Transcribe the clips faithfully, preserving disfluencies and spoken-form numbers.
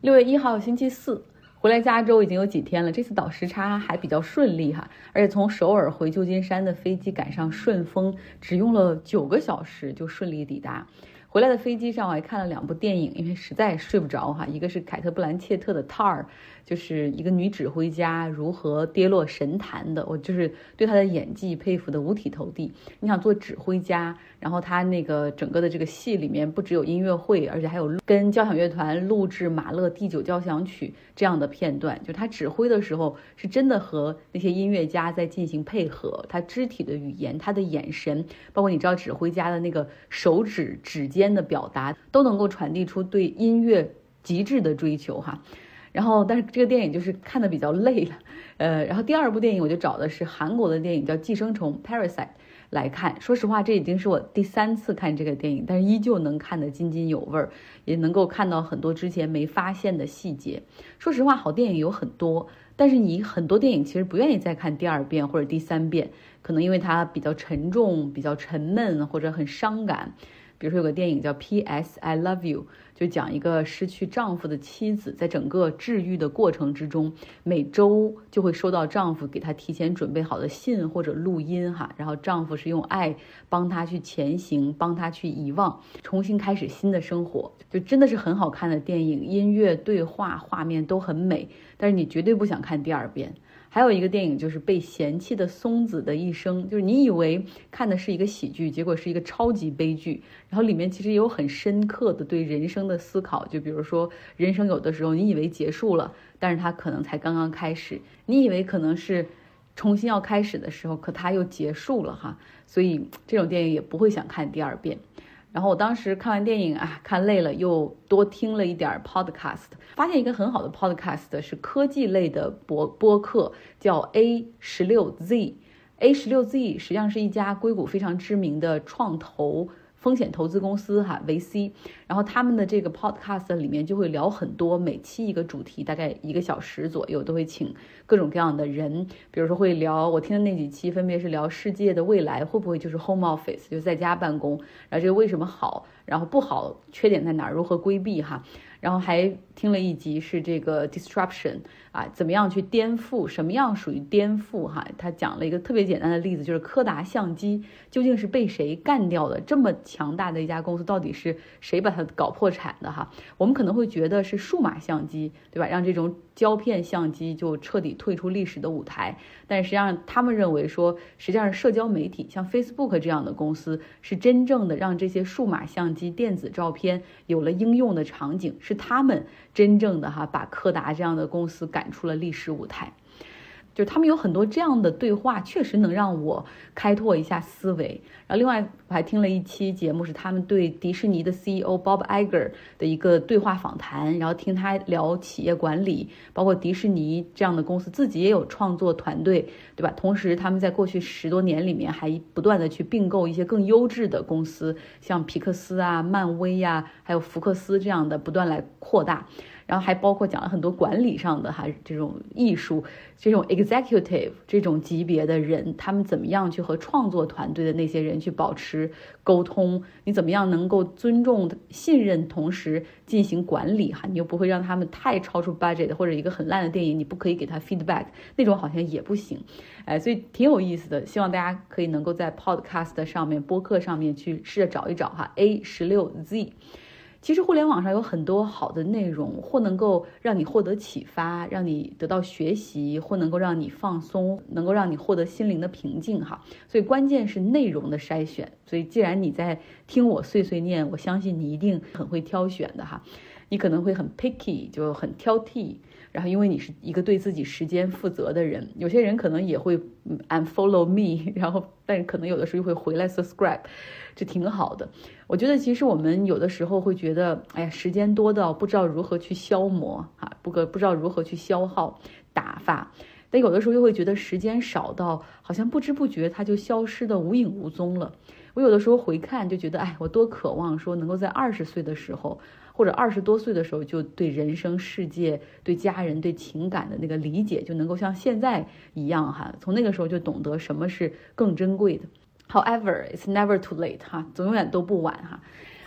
六月一号星期四，回来加州已经有几天了，这次倒时差还比较顺利哈，而且从首尔回旧金山的飞机赶上顺风，只用了九个小时就顺利抵达。回来的飞机上我还看了两部电影，因为实在睡不着哈。一个是凯特·布兰切特的《Tar》，就是一个女指挥家如何跌落神坛的，我就是对她的演技佩服的五体投地。你想做指挥家，然后她那个整个的这个戏里面不只有音乐会，而且还有跟交响乐团录制马勒第九交响曲这样的片段，就她指挥的时候是真的和那些音乐家在进行配合，她肢体的语言，她的眼神，包括你知道指挥家的那个手指指尖的表达，都能够传递出对音乐极致的追求哈。然后但是这个电影就是看得比较累了，呃，然后第二部电影我就找的是韩国的电影叫《寄生虫》 Parasite 来看。说实话这已经是我第三次看这个电影，但是依旧能看得津津有味，也能够看到很多之前没发现的细节。说实话好电影有很多，但是你很多电影其实不愿意再看第二遍或者第三遍，可能因为它比较沉重，比较沉闷，或者很伤感。比如说有个电影叫 P S I Love You， 就讲一个失去丈夫的妻子在整个治愈的过程之中，每周就会收到丈夫给她提前准备好的信或者录音哈，然后丈夫是用爱帮她去前行，帮她去遗忘，重新开始新的生活。就真的是很好看的电影，音乐、对话、画面都很美，但是你绝对不想看第二遍。还有一个电影就是被嫌弃的松子的一生，就是你以为看的是一个喜剧，结果是一个超级悲剧，然后里面其实也有很深刻的对人生的思考，就比如说人生有的时候你以为结束了，但是它可能才刚刚开始，你以为可能是重新要开始的时候，可它又结束了哈，所以这种电影也不会想看第二遍。然后我当时看完电影啊，看累了，又多听了一点 podcast， 发现一个很好的 podcast 是科技类的播播客，叫 A 十六 Z。A 十六 Z 实际上是一家硅谷非常知名的创投风险投资公司哈，维 C， 然后他们的这个 podcast 里面就会聊很多，每期一个主题，大概一个小时左右，都会请各种各样的人，比如说会聊，我听的那几期分别是聊世界的未来会不会就是 home office， 就是在家办公，然后这个为什么好，然后不好，缺点在哪，如何规避哈。然后还听了一集是这个 disruption 啊，怎么样去颠覆，什么样属于颠覆哈？他讲了一个特别简单的例子，就是柯达相机究竟是被谁干掉的？这么强大的一家公司，到底是谁把它搞破产的哈？我们可能会觉得是数码相机，对吧？让这种胶片相机就彻底退出历史的舞台。但实际上他们认为说，实际上是社交媒体，像 Facebook 这样的公司，是真正的让这些数码相机、电子照片有了应用的场景，是他们真正的哈把柯达这样的公司赶出了历史舞台。就他们有很多这样的对话，确实能让我开拓一下思维。然后另外我还听了一期节目，是他们对迪士尼的 C E O Bob Iger 的一个对话访谈，然后听他聊企业管理，包括迪士尼这样的公司自己也有创作团队，对吧？同时他们在过去十多年里面还不断的去并购一些更优质的公司，像皮克斯啊、漫威啊，还有福克斯这样的，不断来扩大。然后还包括讲了很多管理上的哈这种艺术，这种 executive 这种级别的人，他们怎么样去和创作团队的那些人去保持沟通，你怎么样能够尊重信任同时进行管理哈，你又不会让他们太超出 budget， 或者一个很烂的电影你不可以给他 feedback， 那种好像也不行，哎，所以挺有意思的，希望大家可以能够在 podcast 上面播客上面去试着找一找哈 A 十六 Z。其实互联网上有很多好的内容，或能够让你获得启发，让你得到学习，或能够让你放松，能够让你获得心灵的平静哈。所以关键是内容的筛选。所以既然你在听我碎碎念，我相信你一定很会挑选的哈。你可能会很 picky， 就很挑剔，然后因为你是一个对自己时间负责的人，有些人可能也会 unfollow me， 然后但是可能有的时候又会回来 subscribe， 这挺好的。我觉得其实我们有的时候会觉得，哎呀，时间多到不知道如何去消磨啊，不可不知道如何去消耗打发，但有的时候又会觉得时间少到好像不知不觉它就消失的无影无踪了。我有的时候回看就觉得，哎，我多渴望说能够在二十岁的时候，或者二十多岁的时候，就对人生世界、对家人、对情感的那个理解，就能够像现在一样哈，从那个时候就懂得什么是更珍贵的。However, it's never too late 哈，总永远都不晚哈。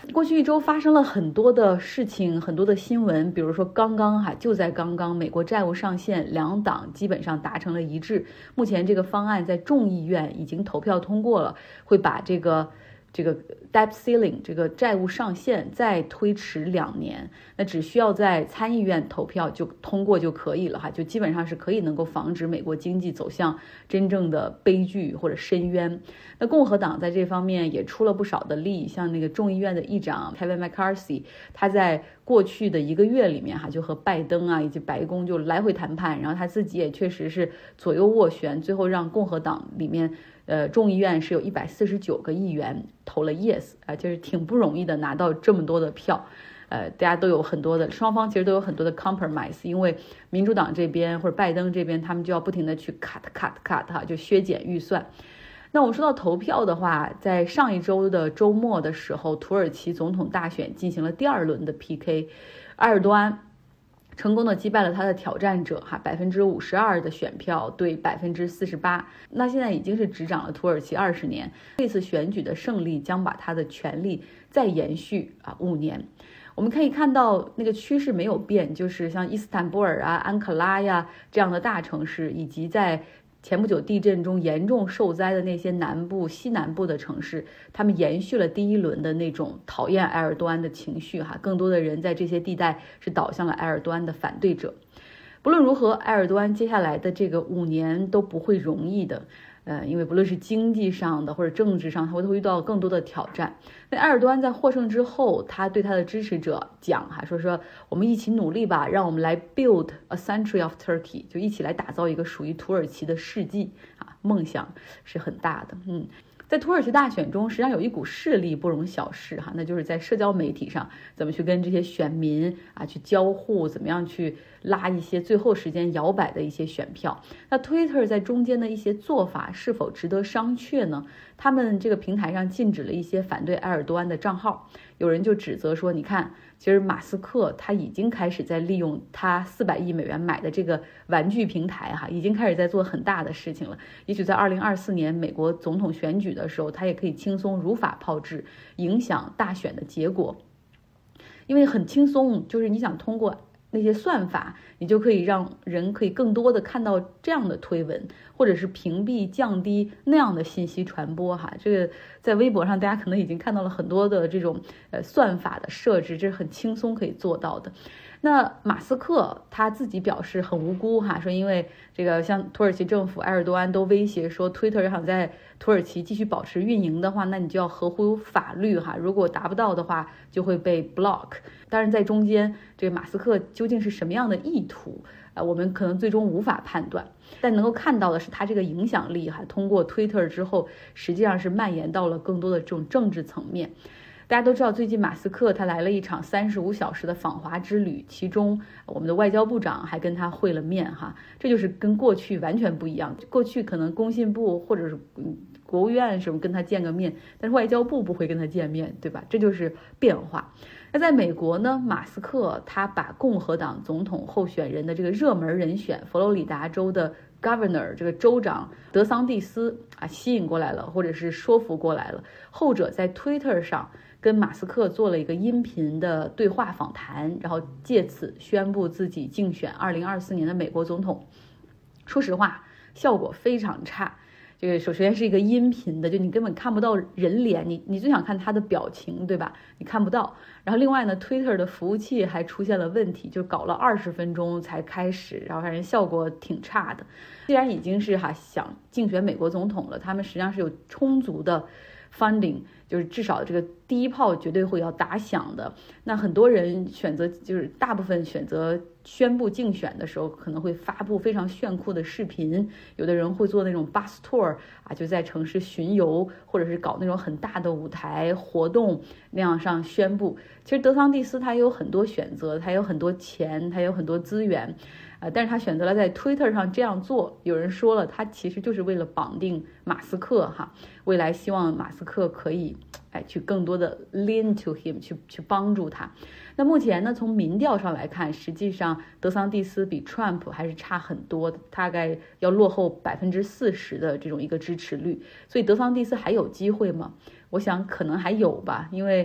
过去一周发生了很多的事情，很多的新闻，比如说刚刚哈，就在刚刚，美国债务上限两党基本上达成了一致，目前这个方案在众议院已经投票通过了，会把这个这个 debt ceiling 这个债务上限再推迟两年，那只需要在参议院投票就通过就可以了哈，就基本上是可以能够防止美国经济走向真正的悲剧或者深渊。那共和党在这方面也出了不少的力，像那个众议院的议长 Kevin McCarthy， 他在过去的一个月里面哈，就和拜登啊以及白宫就来回谈判，然后他自己也确实是左右斡旋，最后让共和党里面呃众议院是有一百四十九个议员投了 yes 啊、呃，就是挺不容易的拿到这么多的票。呃，大家都有很多的，双方其实都有很多的 compromise， 因为民主党这边或者拜登这边，他们就要不停的去 cut cut cut 哈，就削减预算。那我们说到投票的话，在上一周的周末的时候，土耳其总统大选进行了第二轮的 P K， 埃尔多安成功的击败了他的挑战者哈，百分之五十二的选票对百分之四十八，那现在已经是执掌了土耳其二十年。这次选举的胜利将把他的权力再延续啊五年。我们可以看到那个趋势没有变，就是像伊斯坦布尔啊、安卡拉呀这样的大城市，以及在前不久地震中严重受灾的那些南部、西南部的城市，他们延续了第一轮的那种讨厌埃尔多安的情绪哈，更多的人在这些地带是倒向了埃尔多安的反对者。不论如何，埃尔多安接下来的这个五年都不会容易的。呃，因为不论是经济上的或者政治上，他会都会遇到更多的挑战。那埃尔多安在获胜之后，他对他的支持者讲哈，说说我们一起努力吧，让我们来 build a century of Turkey， 就一起来打造一个属于土耳其的世纪啊，梦想是很大的，嗯。在土耳其大选中，实际上有一股势力不容小视哈，那就是在社交媒体上怎么去跟这些选民啊去交互，怎么样去拉一些最后时间摇摆的一些选票。那 Twitter 在中间的一些做法是否值得商榷呢？他们这个平台上禁止了一些反对埃尔多安的账号，有人就指责说，你看，其实马斯克他已经开始在利用他四百亿美元买的这个玩具平台哈，已经开始在做很大的事情了。也许在二零二四年美国总统选举的时候，他也可以轻松如法炮制，影响大选的结果。因为很轻松，就是你想通过那些算法，你就可以让人可以更多的看到这样的推文，或者是屏蔽、降低那样的信息传播哈。这个在微博上大家可能已经看到了很多的这种呃算法的设置，这是很轻松可以做到的。那马斯克他自己表示很无辜哈，说因为这个像土耳其政府、埃尔多安都威胁说 Twitter 要想在土耳其继续保持运营的话，那你就要合乎法律哈，如果达不到的话就会被 block。当然在中间这个马斯克究竟是什么样的意图啊，我们可能最终无法判断，但能够看到的是他这个影响力哈，通过 Twitter 之后实际上是蔓延到了更多的这种政治层面。大家都知道，最近马斯克他来了一场三十五小时的访华之旅，其中我们的外交部长还跟他会了面哈，这就是跟过去完全不一样。过去可能工信部或者是国务院什么跟他见个面，但是外交部不会跟他见面，对吧？这就是变化。那在美国呢，马斯克他把共和党总统候选人的这个热门人选佛罗里达州的 governor 这个州长德桑蒂斯啊吸引过来了，或者是说服过来了。后者在 Twitter 上跟马斯克做了一个音频的对话访谈，然后借此宣布自己竞选二零二四年的美国总统。说实话，效果非常差。这个首先是一个音频的，就你根本看不到人脸，你你最想看他的表情，对吧？你看不到。然后另外呢 ，Twitter 的服务器还出现了问题，就搞了二十分钟才开始，然后反正效果挺差的。既然已经是哈想竞选美国总统了，他们实际上是有充足的 funding， 就是至少这个第一炮绝对会要打响的。那很多人选择就是大部分选择宣布竞选的时候，可能会发布非常炫酷的视频，有的人会做那种 bus tour 啊，就在城市巡游，或者是搞那种很大的舞台活动那样上宣布。其实德桑蒂斯他也有很多选择，他有很多钱，他有很多资源。呃，但是他选择了在 Twitter 上这样做，有人说了，他其实就是为了绑定马斯克哈，未来希望马斯克可以，哎，去更多的 lean to him， 去去帮助他。那目前呢，从民调上来看，实际上德桑蒂斯比 Trump 还是差很多的，大概要落后百分之四十的这种一个支持率。所以德桑蒂斯还有机会吗？我想可能还有吧，因为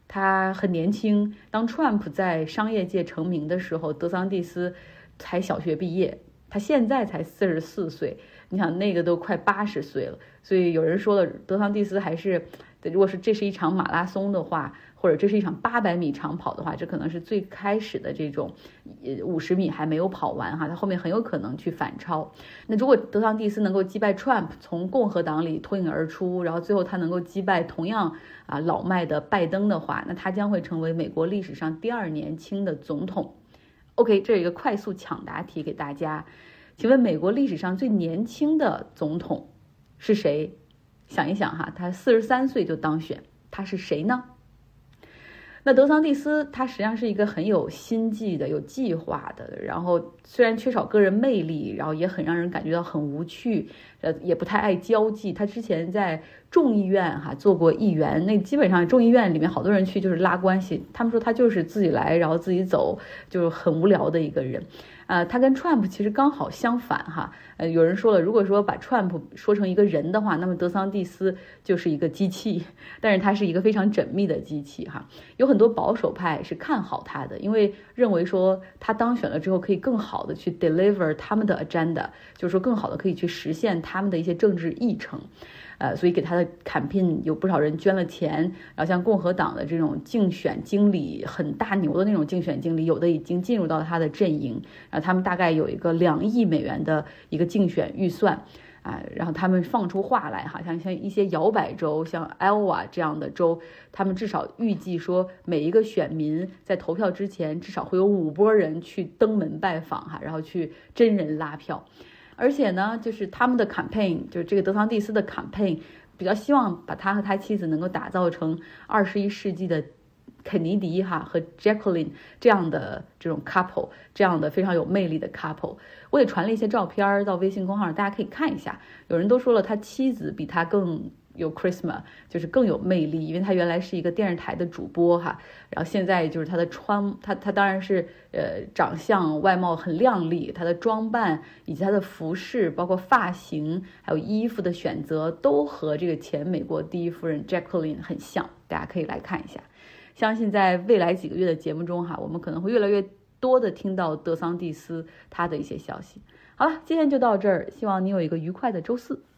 他很年轻，当 Trump 在商业界成名的时候，德桑蒂斯才小学毕业，他现在才四十四岁，你想那个都快八十岁了，所以有人说了，德桑蒂斯还是，如果是这是一场马拉松的话，或者这是一场八百米长跑的话，这可能是最开始的这种五十米还没有跑完哈，他后面很有可能去反超。那如果德桑蒂斯能够击败 Trump， 从共和党里脱颖而出，然后最后他能够击败同样啊老迈的拜登的话，那他将会成为美国历史上第二年轻的总统。OK， 这是一个快速抢答题给大家，请问美国历史上最年轻的总统是谁？想一想哈，他四十三岁就当选，他是谁呢？那德桑蒂斯他实际上是一个很有心计的、有计划的，然后虽然缺少个人魅力，然后也很让人感觉到很无趣，呃，也不太爱交际。他之前在众议院哈做过议员，那基本上众议院里面好多人去就是拉关系，他们说他就是自己来，然后自己走，就是很无聊的一个人。呃，他跟 Trump 其实刚好相反哈。呃，有人说了，如果说把 Trump 说成一个人的话，那么德桑蒂斯就是一个机器，但是他是一个非常缜密的机器哈。有很多保守派是看好他的，因为认为说他当选了之后可以更好的去 deliver 他们的 agenda， 就是说更好的可以去实现他们的一些政治议程。呃，所以给他的 campaign 有不少人捐了钱，然后像共和党的这种竞选经理很大牛的那种竞选经理，有的已经进入到他的阵营，然后他们大概有一个两亿美元的一个竞选预算啊、呃，然后他们放出话来哈，像像一些摇摆州，像 Iowa 这样的州，他们至少预计说每一个选民在投票之前至少会有五波人去登门拜访哈，然后去真人拉票。而且呢，就是他们的 campaign， 就是这个德桑蒂斯的 campaign， 比较希望把他和他妻子能够打造成二十一世纪的肯尼迪哈和 Jacqueline 这样的这种 couple， 这样的非常有魅力的 couple。我也传了一些照片到微信公号上，大家可以看一下。有人都说了，他妻子比他更有 charisma， 就是更有魅力，因为他原来是一个电视台的主播哈，然后现在就是他的穿，他他当然是呃长相外貌很靓丽，他的装扮以及他的服饰，包括发型还有衣服的选择，都和这个前美国第一夫人 Jacqueline 很像，大家可以来看一下。相信在未来几个月的节目中哈，我们可能会越来越多的听到德桑蒂斯他的一些消息。好了，今天就到这儿，希望你有一个愉快的周四。